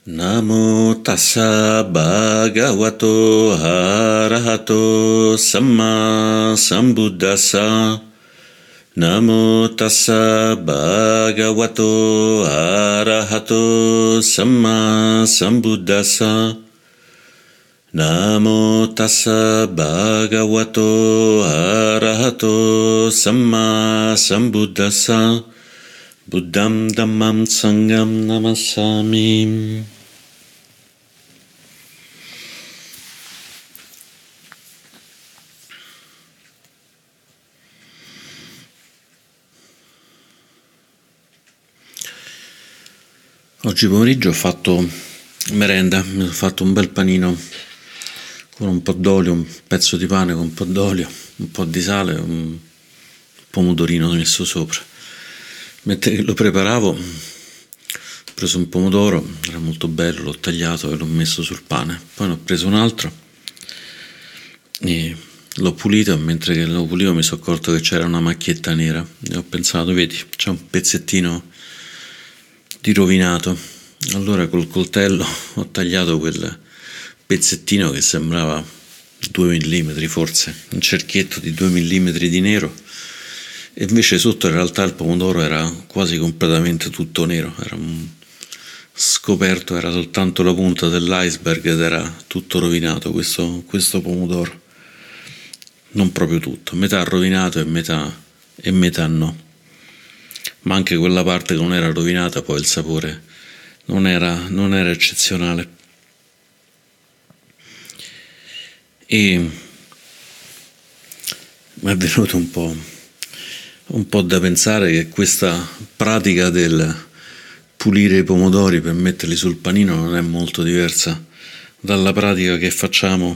Namo tassa bhagavato arahato samma sambuddhassa. Namo tassa bhagavato arahato samma sambuddhassa. Namo tassa bhagavato arahato samma sambuddhassa. Buddham dhammam sangham namassami. Oggi pomeriggio ho fatto merenda, mi sono fatto un bel panino con un po' d'olio, un pezzo di pane con un po' d'olio, un po' di sale, un pomodorino messo sopra. Mentre che lo preparavo ho preso un pomodoro, era molto bello, l'ho tagliato e l'ho messo sul pane, poi ne ho preso un altro e l'ho pulito, mentre che lo pulivo mi sono accorto che c'era una macchietta nera e ho pensato, vedi, c'è un pezzettino di rovinato. Allora col coltello ho tagliato quel pezzettino che sembrava 2 mm, forse un cerchietto di 2 mm di nero, e invece sotto in realtà il pomodoro era quasi completamente tutto nero, era scoperto, era soltanto la punta dell'iceberg ed era tutto rovinato questo pomodoro, non proprio tutto, metà rovinato e metà no, ma anche quella parte che non era rovinata poi il sapore non era eccezionale. E mi è venuto un po' da pensare che questa pratica del pulire i pomodori per metterli sul panino non è molto diversa dalla pratica che facciamo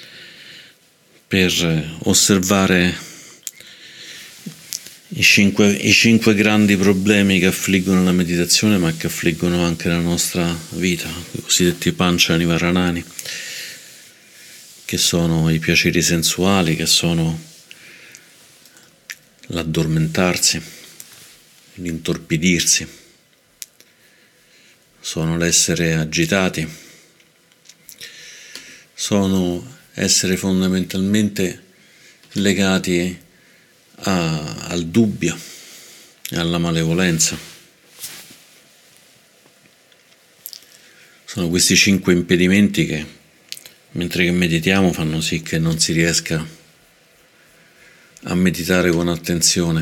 per osservare i cinque grandi problemi che affliggono la meditazione, ma che affliggono anche la nostra vita, i cosiddetti pancha nivaranani, che sono i piaceri sensuali, che sono l'addormentarsi, l'intorpidirsi, sono l'essere agitati, sono essere fondamentalmente legati al dubbio e alla malevolenza. Sono questi 5 impedimenti che, mentre che meditiamo, fanno sì che non si riesca a meditare con attenzione,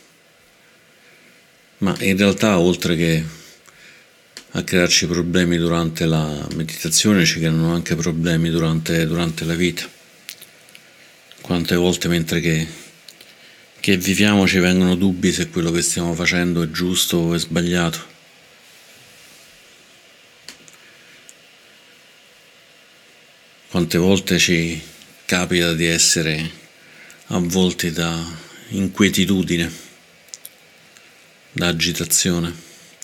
ma in realtà oltre che a crearci problemi durante la meditazione ci creano anche problemi durante la vita. Quante volte mentre che viviamo ci vengono dubbi se quello che stiamo facendo è giusto o è sbagliato. Quante volte ci capita di essere avvolti da inquietudine, da agitazione.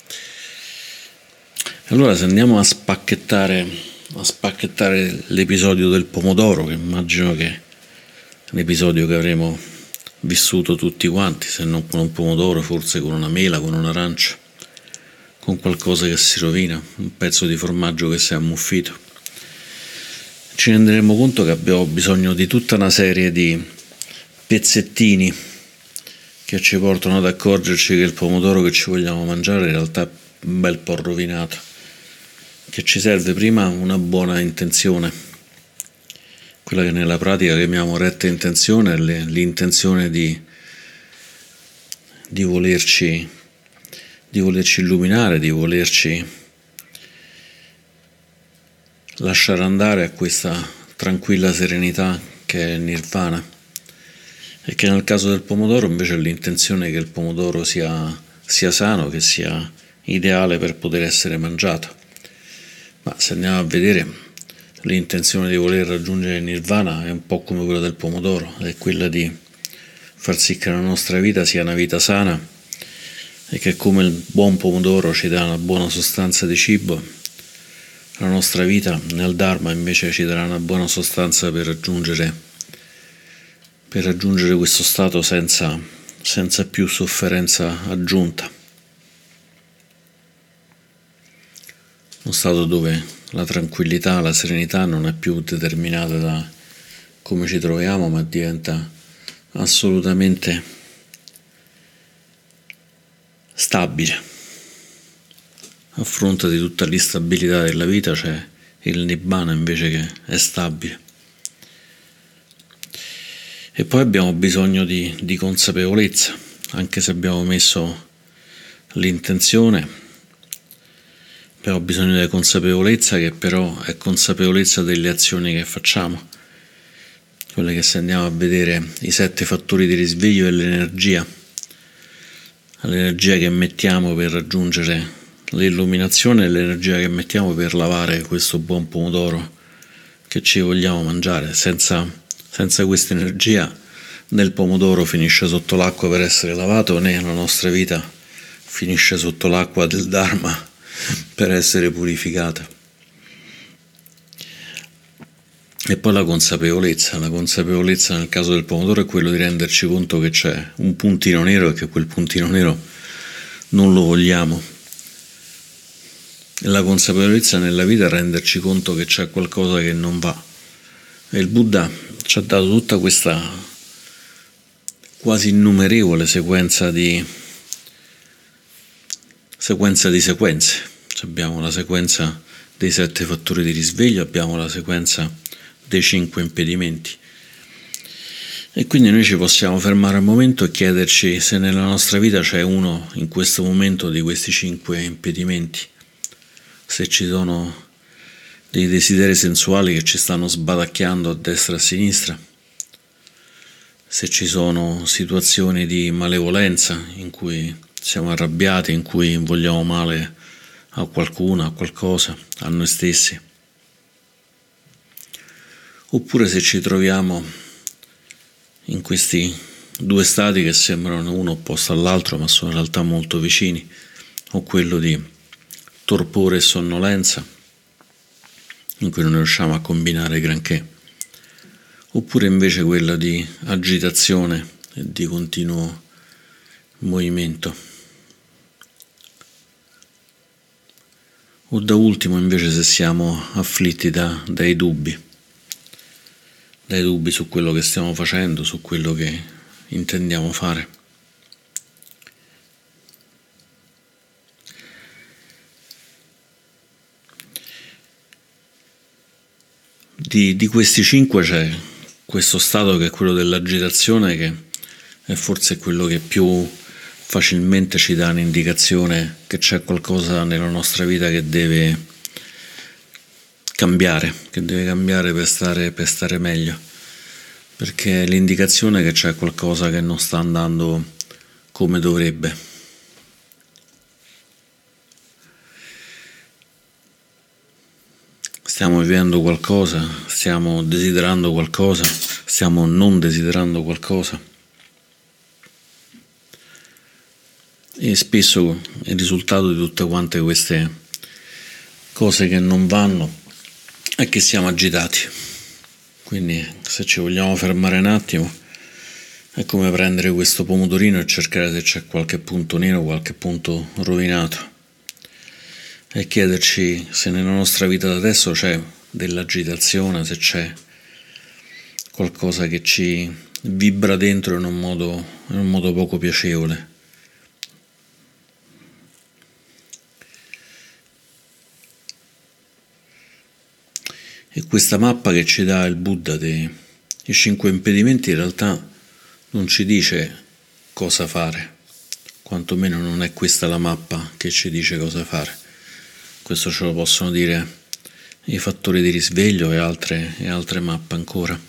Allora, se andiamo a spacchettare l'episodio del pomodoro, che immagino che è un episodio che avremo vissuto tutti quanti, se non con un pomodoro, forse con una mela, con un'arancia, con qualcosa che si rovina, un pezzo di formaggio che si è ammuffito, ci renderemo conto che abbiamo bisogno di tutta una serie di pezzettini che ci portano ad accorgerci che il pomodoro che ci vogliamo mangiare in realtà è un bel po' rovinato, che ci serve prima una buona intenzione, quella che nella pratica chiamiamo retta intenzione, è l'intenzione di volerci illuminare, di volerci lasciare andare a questa tranquilla serenità che è il nirvana, e che nel caso del pomodoro invece è l'intenzione che il pomodoro sia sano, che sia ideale per poter essere mangiato. Ma se andiamo a vedere, l'intenzione di voler raggiungere il nirvana è un po' come quella del pomodoro, è quella di far sì che la nostra vita sia una vita sana, e che come il buon pomodoro ci dà una buona sostanza di cibo, la nostra vita nel Dharma invece ci darà una buona sostanza per raggiungere questo stato senza più sofferenza aggiunta. uno stato dove la tranquillità, la serenità non è più determinata da come ci troviamo, ma diventa assolutamente stabile. A fronte di tutta l'instabilità della vita c'è il Nibbana invece che è stabile. E poi abbiamo bisogno di consapevolezza, anche se abbiamo messo l'intenzione, abbiamo bisogno della consapevolezza che però è consapevolezza delle azioni che facciamo, quelle che se andiamo a vedere i 7 fattori di risveglio è l'energia che mettiamo per raggiungere l'illuminazione e l'energia che mettiamo per lavare questo buon pomodoro che ci vogliamo mangiare. Senza questa energia né il pomodoro finisce sotto l'acqua per essere lavato, né la nostra vita finisce sotto l'acqua del Dharma per essere purificata. E poi la consapevolezza nel caso del pomodoro è quello di renderci conto che c'è un puntino nero e che quel puntino nero non lo vogliamo. E la consapevolezza nella vita è renderci conto che c'è qualcosa che non va. E il Buddha ci ha dato tutta questa quasi innumerevole sequenza di sequenze. Abbiamo la sequenza dei 7 fattori di risveglio, abbiamo la sequenza dei 5 impedimenti. E quindi noi ci possiamo fermare al momento e chiederci se nella nostra vita c'è uno in questo momento di questi 5 impedimenti, se ci sono dei desideri sensuali che ci stanno sbatacchiando a destra e a sinistra, se ci sono situazioni di malevolenza in cui siamo arrabbiati, in cui vogliamo male a qualcuno, a qualcosa, a noi stessi, oppure se ci troviamo in questi 2 stati che sembrano uno opposto all'altro ma sono in realtà molto vicini, o quello di torpore e sonnolenza in cui non riusciamo a combinare granché, oppure invece quella di agitazione e di continuo movimento, o da ultimo invece se siamo afflitti dai dubbi su quello che stiamo facendo, su quello che intendiamo fare. Di questi 5 c'è questo stato che è quello dell'agitazione, che è forse quello che più facilmente ci dà un'indicazione che c'è qualcosa nella nostra vita che deve cambiare per stare meglio, perché è l'indicazione che c'è qualcosa che non sta andando come dovrebbe. Stiamo vivendo qualcosa, stiamo desiderando qualcosa, stiamo non desiderando qualcosa. E spesso il risultato di tutte quante queste cose che non vanno è che siamo agitati. Quindi se ci vogliamo fermare un attimo è come prendere questo pomodorino e cercare se c'è qualche punto nero, qualche punto rovinato, e chiederci se nella nostra vita da adesso c'è dell'agitazione, se c'è qualcosa che ci vibra dentro in un modo poco piacevole. E questa mappa che ci dà il Buddha dei 5 impedimenti in realtà non ci dice cosa fare, quantomeno non è questa la mappa che ci dice cosa fare. Questo ce lo possono dire i fattori di risveglio e altre mappe ancora.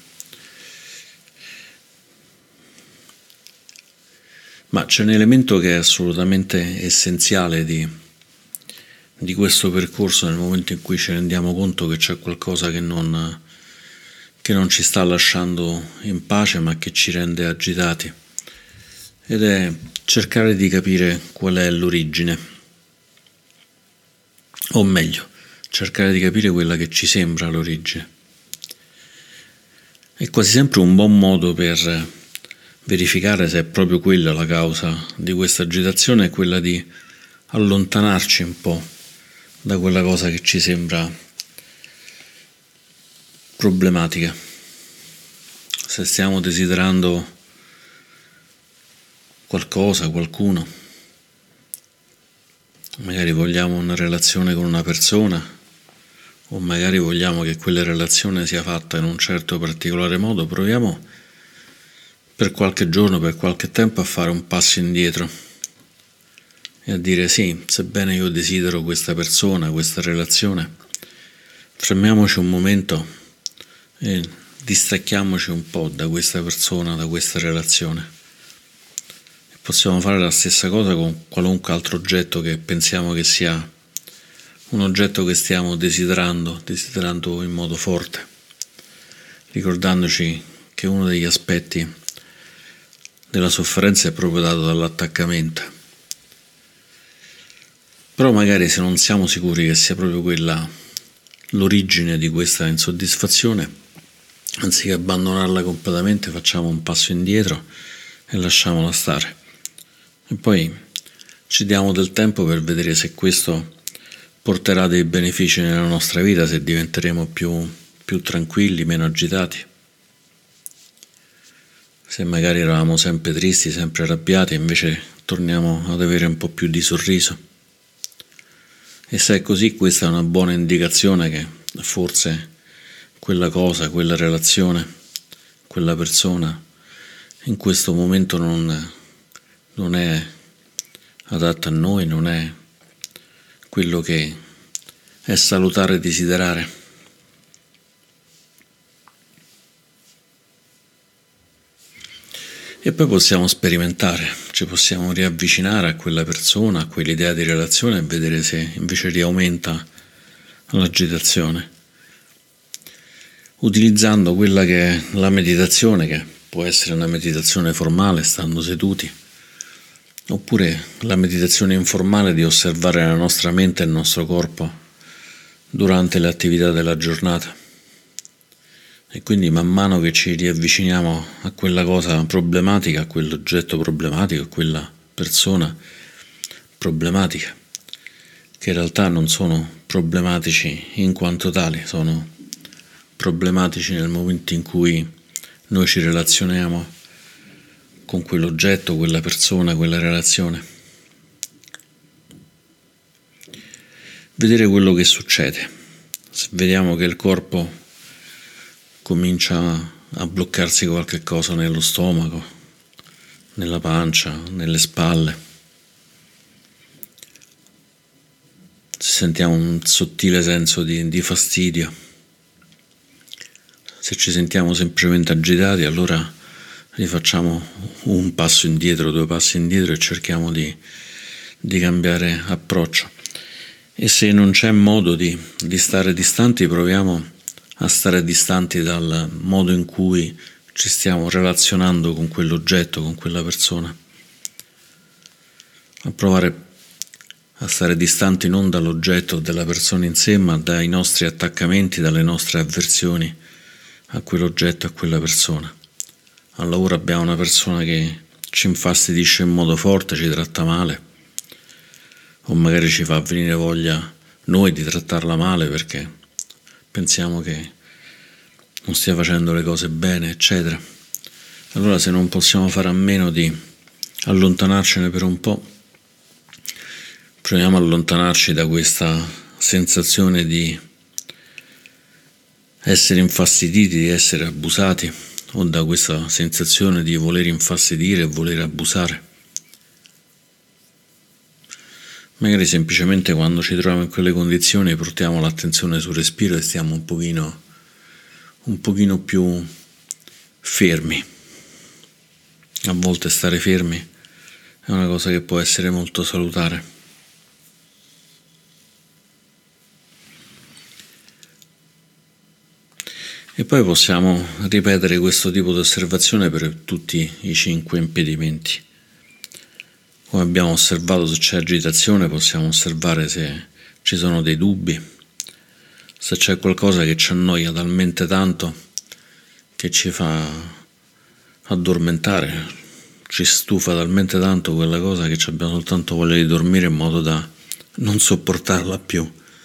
Ma c'è un elemento che è assolutamente essenziale di questo percorso nel momento in cui ci rendiamo conto che c'è qualcosa che non ci sta lasciando in pace ma che ci rende agitati, ed è cercare di capire qual è l'origine, o meglio, cercare di capire quella che ci sembra l'origine. È quasi sempre un buon modo per verificare se è proprio quella la causa di questa agitazione, è quella di allontanarci un po' da quella cosa che ci sembra problematica. Se stiamo desiderando qualcosa, qualcuno, magari vogliamo una relazione con una persona, o magari vogliamo che quella relazione sia fatta in un certo particolare modo, proviamo per qualche giorno, per qualche tempo a fare un passo indietro e a dire sì, sebbene io desidero questa persona, questa relazione, fermiamoci un momento e distacchiamoci un po' da questa persona, da questa relazione. E possiamo fare la stessa cosa con qualunque altro oggetto che pensiamo che sia un oggetto che stiamo desiderando in modo forte, ricordandoci che uno degli aspetti della sofferenza è proprio dato dall'attaccamento. Però magari se non siamo sicuri che sia proprio quella l'origine di questa insoddisfazione, anziché abbandonarla completamente, facciamo un passo indietro e lasciamola stare. E poi ci diamo del tempo per vedere se questo porterà dei benefici nella nostra vita, se diventeremo più tranquilli, meno agitati. Se magari eravamo sempre tristi, sempre arrabbiati, invece torniamo ad avere un po' più di sorriso. E se è così, questa è una buona indicazione che forse quella cosa, quella relazione, quella persona in questo momento non è adatta a noi, non è quello che è salutare desiderare. E poi possiamo sperimentare, ci possiamo riavvicinare a quella persona, a quell'idea di relazione e vedere se invece riaumenta l'agitazione. Utilizzando quella che è la meditazione, che può essere una meditazione formale stando seduti, oppure la meditazione informale di osservare la nostra mente e il nostro corpo durante le attività della giornata. E quindi man mano che ci riavviciniamo a quella cosa problematica, a quell'oggetto problematico, a quella persona problematica, che in realtà non sono problematici in quanto tali, sono problematici nel momento in cui noi ci relazioniamo con quell'oggetto, quella persona, quella relazione. Vedere quello che succede. Se vediamo che il corpo comincia a bloccarsi qualche cosa nello stomaco, nella pancia, nelle spalle, se sentiamo un sottile senso di fastidio, se ci sentiamo semplicemente agitati, allora rifacciamo un passo indietro, 2 passi indietro e cerchiamo di cambiare approccio. E se non c'è modo di stare distanti, proviamo a stare distanti dal modo in cui ci stiamo relazionando con quell'oggetto, con quella persona. A provare a stare distanti non dall'oggetto o della persona in sé, ma dai nostri attaccamenti, dalle nostre avversioni a quell'oggetto, a quella persona. Al lavoro abbiamo una persona che ci infastidisce in modo forte, ci tratta male, o magari ci fa venire voglia noi di trattarla male perché pensiamo che non stia facendo le cose bene, eccetera. Allora, se non possiamo fare a meno di allontanarcene per un po', proviamo a allontanarci da questa sensazione di essere infastiditi, di essere abusati, o da questa sensazione di voler infastidire e voler abusare. Magari semplicemente quando ci troviamo in quelle condizioni portiamo l'attenzione sul respiro e stiamo un pochino più fermi. A volte stare fermi è una cosa che può essere molto salutare. E poi possiamo ripetere questo tipo di osservazione per tutti i 5 impedimenti. Come abbiamo osservato, se c'è agitazione possiamo osservare se ci sono dei dubbi, se c'è qualcosa che ci annoia talmente tanto che ci fa addormentare, ci stufa talmente tanto quella cosa che abbiamo soltanto voglia di dormire in modo da non sopportarla più.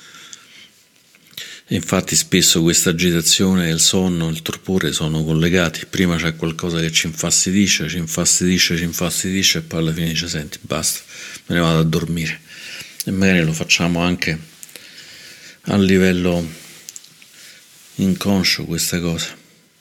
E infatti spesso questa agitazione, il sonno, il torpore sono collegati. Prima c'è qualcosa che ci infastidisce e poi alla fine dice senti basta, me ne vado a dormire. E magari lo facciamo anche a livello inconscio questa cosa.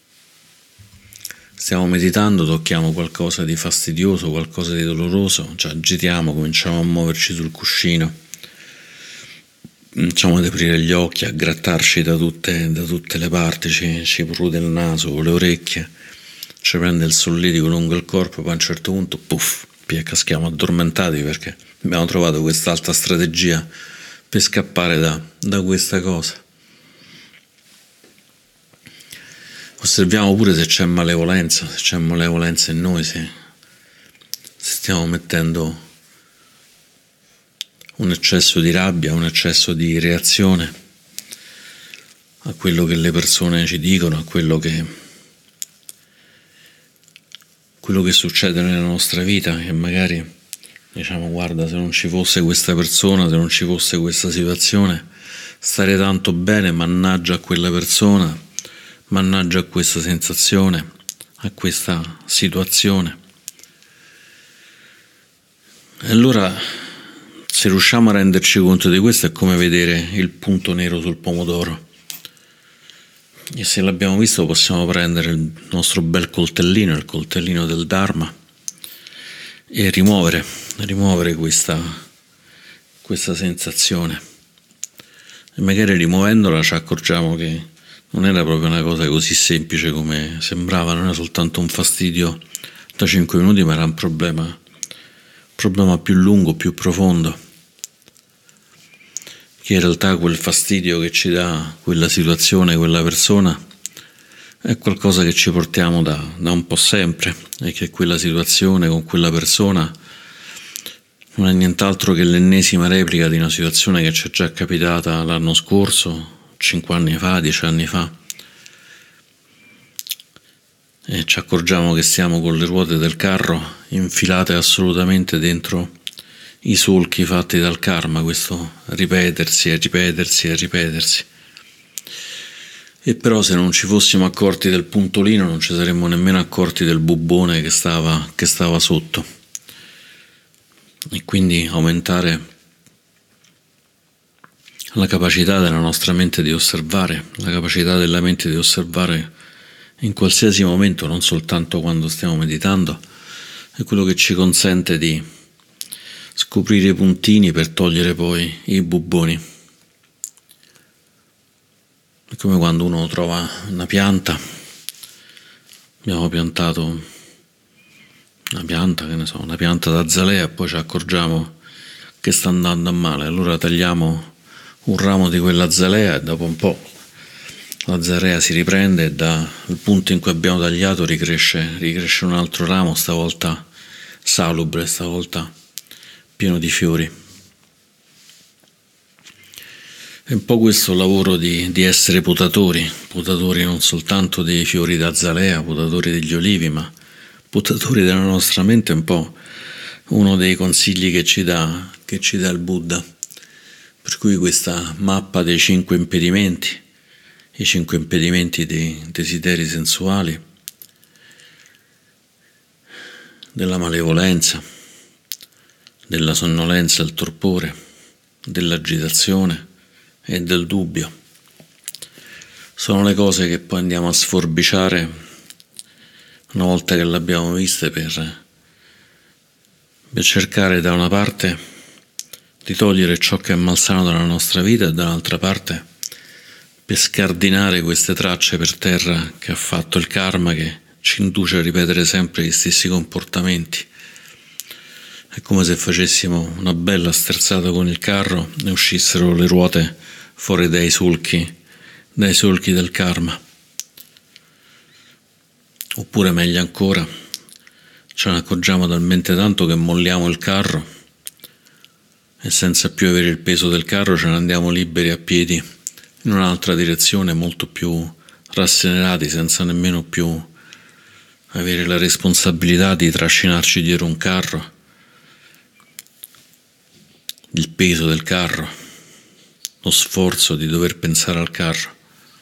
Stiamo meditando, tocchiamo qualcosa di fastidioso, qualcosa di doloroso, ci agitiamo, cominciamo a muoverci sul cuscino, cominciamo ad aprire gli occhi, a grattarci da tutte le parti, ci prude il naso, le orecchie, ci prende il solletico lungo il corpo, poi a un certo punto, puff, caschiamo addormentati perché abbiamo trovato quest'altra strategia per scappare da questa cosa. Osserviamo pure se c'è malevolenza in noi, se stiamo mettendo un eccesso di rabbia, un eccesso di reazione a quello che le persone ci dicono, a quello che succede nella nostra vita, che magari diciamo guarda, se non ci fosse questa persona, se non ci fosse questa situazione, starei tanto bene, mannaggia a quella persona, mannaggia a questa sensazione, a questa situazione. E allora, se riusciamo a renderci conto di questo, è come vedere il punto nero sul pomodoro. E se l'abbiamo visto, possiamo prendere il nostro bel coltellino, il coltellino del Dharma, e rimuovere questa sensazione. E magari rimuovendola ci accorgiamo che non era proprio una cosa così semplice come sembrava, non era soltanto un fastidio da 5 minuti, ma era un problema più lungo, più profondo, che in realtà quel fastidio che ci dà quella situazione, quella persona, è qualcosa che ci portiamo da un po' sempre, e che quella situazione con quella persona non è nient'altro che l'ennesima replica di una situazione che ci è già capitata l'anno scorso, 5 anni fa, 10 anni fa, e ci accorgiamo che siamo con le ruote del carro infilate assolutamente dentro i solchi fatti dal karma, questo ripetersi. E però se non ci fossimo accorti del puntolino non ci saremmo nemmeno accorti del bubbone che stava sotto. E quindi aumentare la capacità della nostra mente di osservare, la capacità della mente di osservare in qualsiasi momento, non soltanto quando stiamo meditando, è quello che ci consente di scoprire i puntini per togliere poi i bubboni. È come quando uno trova una pianta, abbiamo piantato una pianta d'azalea, poi ci accorgiamo che sta andando a male, allora tagliamo un ramo di quell'azalea e dopo un po' l'azalea si riprende e dal punto in cui abbiamo tagliato ricresce un altro ramo, stavolta salubre, stavolta pieno di fiori. È un po' questo lavoro di essere potatori non soltanto dei fiori d'azalea, potatori degli olivi, ma potatori della nostra mente. È un po' uno dei consigli che ci dà il Buddha. Per cui questa mappa dei 5 impedimenti, i 5 impedimenti dei desideri sensuali, della malevolenza, della sonnolenza, il torpore, dell'agitazione e del dubbio, sono le cose che poi andiamo a sforbiciare una volta che l'abbiamo viste per cercare da una parte di togliere ciò che è malsano dalla nostra vita e dall'altra parte per scardinare queste tracce per terra che ha fatto il karma, che ci induce a ripetere sempre gli stessi comportamenti. È come se facessimo una bella sterzata con il carro e uscissero le ruote fuori dai solchi del karma. Oppure meglio ancora, ce ne accorgiamo talmente tanto che molliamo il carro e senza più avere il peso del carro ce ne andiamo liberi a piedi in un'altra direzione, molto più rasserenati, senza nemmeno più avere la responsabilità di trascinarci dietro un carro, il peso del carro, lo sforzo di dover pensare al carro.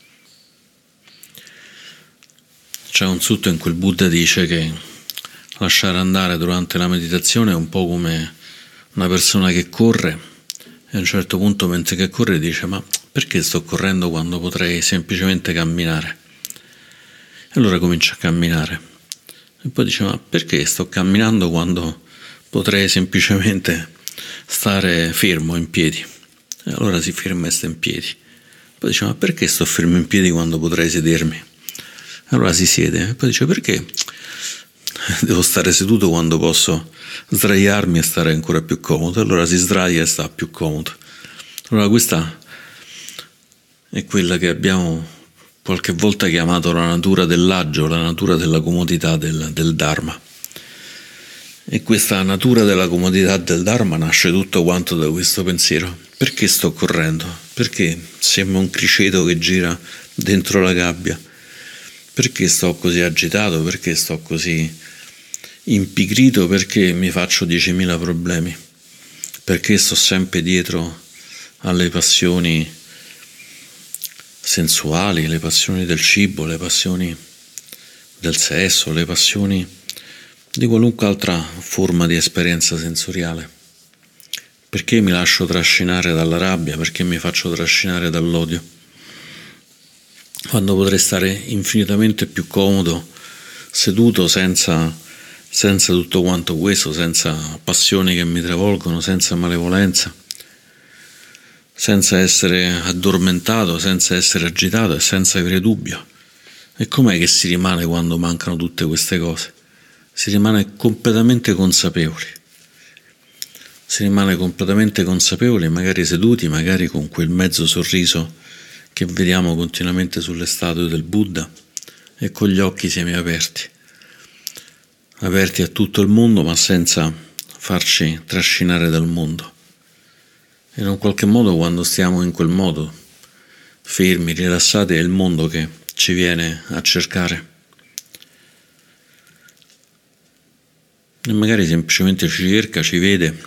C'è un sutta in cui il Buddha dice che lasciare andare durante la meditazione è un po' come una persona che corre e a un certo punto mentre che corre dice: ma perché sto correndo quando potrei semplicemente camminare? E allora comincia a camminare e poi dice: ma perché sto camminando quando potrei semplicemente stare fermo in piedi? E allora si ferma e sta in piedi. Poi dice: ma perché sto fermo in piedi quando potrei sedermi? Allora si siede e poi dice: perché devo stare seduto quando posso sdraiarmi e stare ancora più comodo? Allora si sdraia e sta più comodo. Allora questa è quella che abbiamo qualche volta chiamato la natura dell'agio, la natura della comodità del Dharma. E questa natura della comodità del Dharma nasce tutto quanto da questo pensiero. Perché sto correndo? Perché sembra un criceto che gira dentro la gabbia? Perché sto così agitato? Perché sto così impigrito? Perché mi faccio 10.000 problemi? Perché sto sempre dietro alle passioni sensuali, le passioni del cibo, le passioni del sesso, le passioni di qualunque altra forma di esperienza sensoriale? Perché mi lascio trascinare dalla rabbia? Perché mi faccio trascinare dall'odio? Quando potrei stare infinitamente più comodo, seduto, senza tutto quanto questo, senza passioni che mi travolgono, senza malevolenza, senza essere addormentato, senza essere agitato e senza avere dubbio. E com'è che si rimane quando mancano tutte queste cose? Si rimane completamente consapevoli. Si rimane completamente consapevoli, magari seduti, magari con quel mezzo sorriso che vediamo continuamente sulle statue del Buddha e con gli occhi semiaperti, aperti a tutto il mondo ma senza farci trascinare dal mondo. E in un qualche modo quando stiamo in quel modo, fermi, rilassati, è il mondo che ci viene a cercare. E magari semplicemente ci cerca, ci vede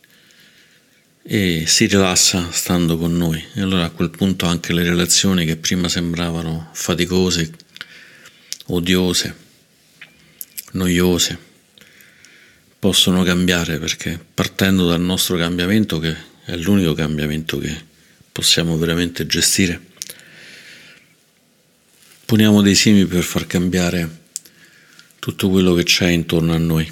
e si rilassa stando con noi. E allora a quel punto anche le relazioni che prima sembravano faticose, odiose, noiose, possono cambiare, perché partendo dal nostro cambiamento, che è l'unico cambiamento che possiamo veramente gestire, poniamo dei semi per far cambiare tutto quello che c'è intorno a noi.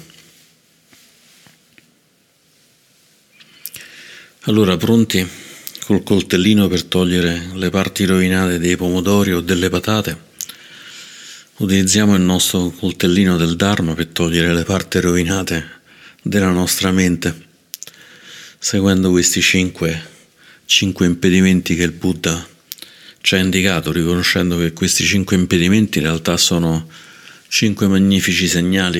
Allora, pronti col coltellino per togliere le parti rovinate dei pomodori o delle patate, utilizziamo il nostro coltellino del Dharma per togliere le parti rovinate della nostra mente, seguendo questi cinque impedimenti che il Buddha ci ha indicato, riconoscendo che questi 5 impedimenti in realtà sono 5 magnifici segnali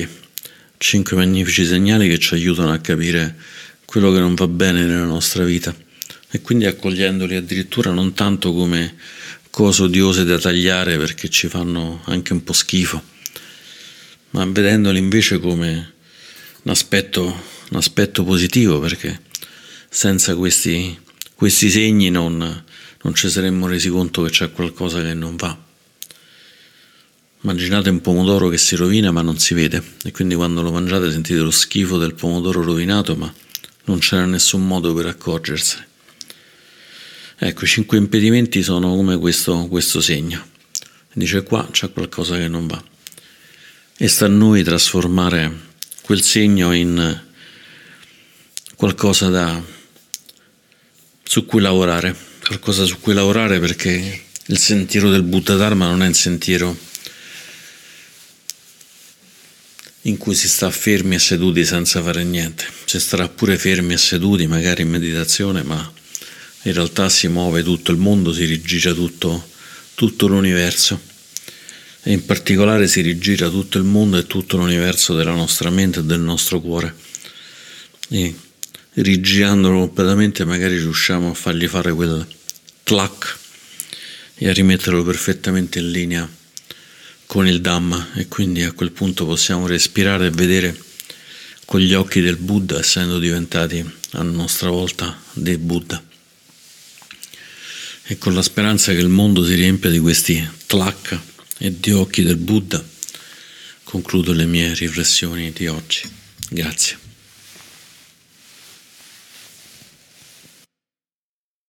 che ci aiutano a capire quello che non va bene nella nostra vita, e quindi accogliendoli addirittura non tanto come cose odiose da tagliare perché ci fanno anche un po' schifo, ma vedendoli invece come un aspetto positivo, perché senza questi segni non ci saremmo resi conto che c'è qualcosa che non va. Immaginate un pomodoro che si rovina ma non si vede, e quindi quando lo mangiate sentite lo schifo del pomodoro rovinato, ma non c'era nessun modo per accorgersene. Ecco, i 5 impedimenti sono come questo segno. Dice: qua c'è qualcosa che non va. E sta a noi trasformare quel segno in qualcosa su cui lavorare, perché il sentiero del Buddha Dharma non è il sentiero in cui si sta fermi e seduti senza fare niente. Si starà pure fermi e seduti, magari in meditazione, ma in realtà si muove tutto il mondo, si rigira tutto l'universo, e in particolare si rigira tutto il mondo e tutto l'universo della nostra mente e del nostro cuore. E rigirandolo completamente magari riusciamo a fargli fare quel clac e a rimetterlo perfettamente in linea con il Dhamma, e quindi a quel punto possiamo respirare e vedere con gli occhi del Buddha, essendo diventati a nostra volta dei Buddha. e con la speranza che il mondo si riempia di questi tlak e di occhi del Buddha, concludo le mie riflessioni di oggi. Grazie.